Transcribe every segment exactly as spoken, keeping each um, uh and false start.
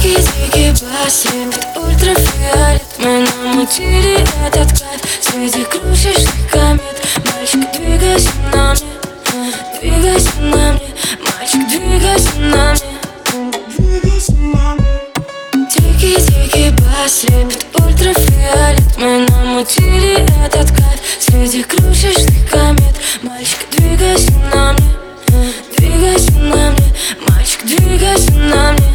Дикий-дикий бас, лепит ультрафиолет. Мы намутили этот кайф среди крошечных комет. Мальчик, двигайся на мне, двигайся на мне. Мальчик, двигайся на мне. Дикий-дикий бас, лепит ультрафиолет. Мы намутили этот кайф среди крошечных комет. Мальчик, двигайся на мне, двигайся на мне. Мальчик, двигайся на мне.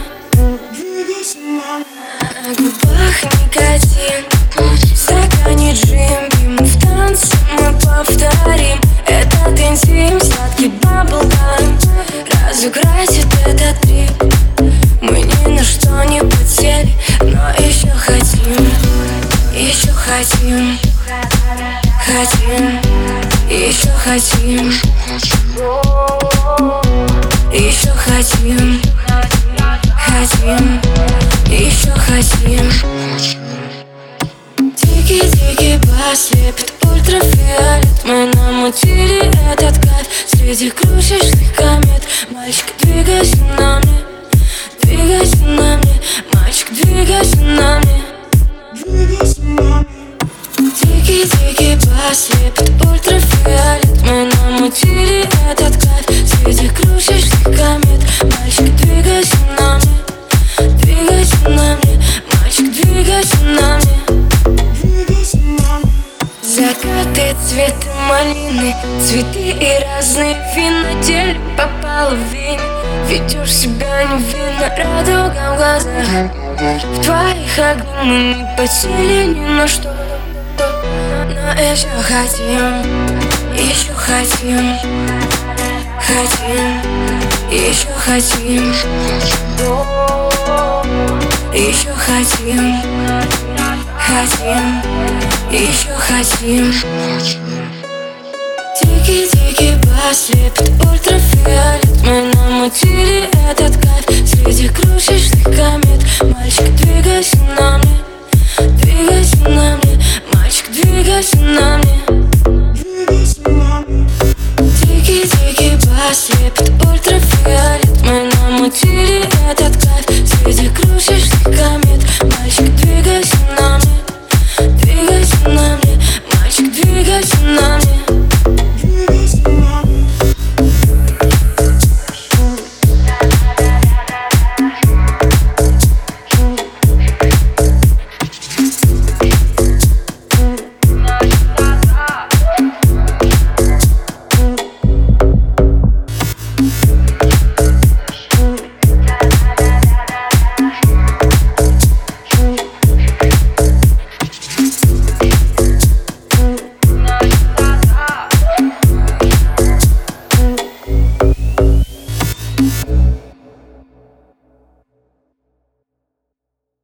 На губах никотин, в стакане джим. Ему в танце мы повторим этот интим, сладкий баблгам. Разыграть этот трип. Мы ни на что не подсели, но еще хотим, еще хотим, хотим, еще хотим, еще хотим, хотим, еще хотим. Дикий-дикий бас, лепит ультрафиолет. Мы намутили этот кайф среди крошечных комет. Мальчик, двигайся на мне, двигайся на мне. Мальчик, двигайся на мне. Дикий-дикий бас, лепит ультрафиолет. Мы намутили этот кайф среди крошечных комет. Мальчик, двигайся на мне, двигайся на мне. Мальчик, двигайся на мне. Закаты, цветы малины, цветы и разные винодель попала в вине. Ведешь себя невинно, радуга в глазах. В твоих огнях мы не подсели ни на что. Но еще хотим, еще хотим, хотим, еще хотим, еще хотим, хотим, еще хотим. Дикий-дикий бас, лепит ультрафиолет. Мы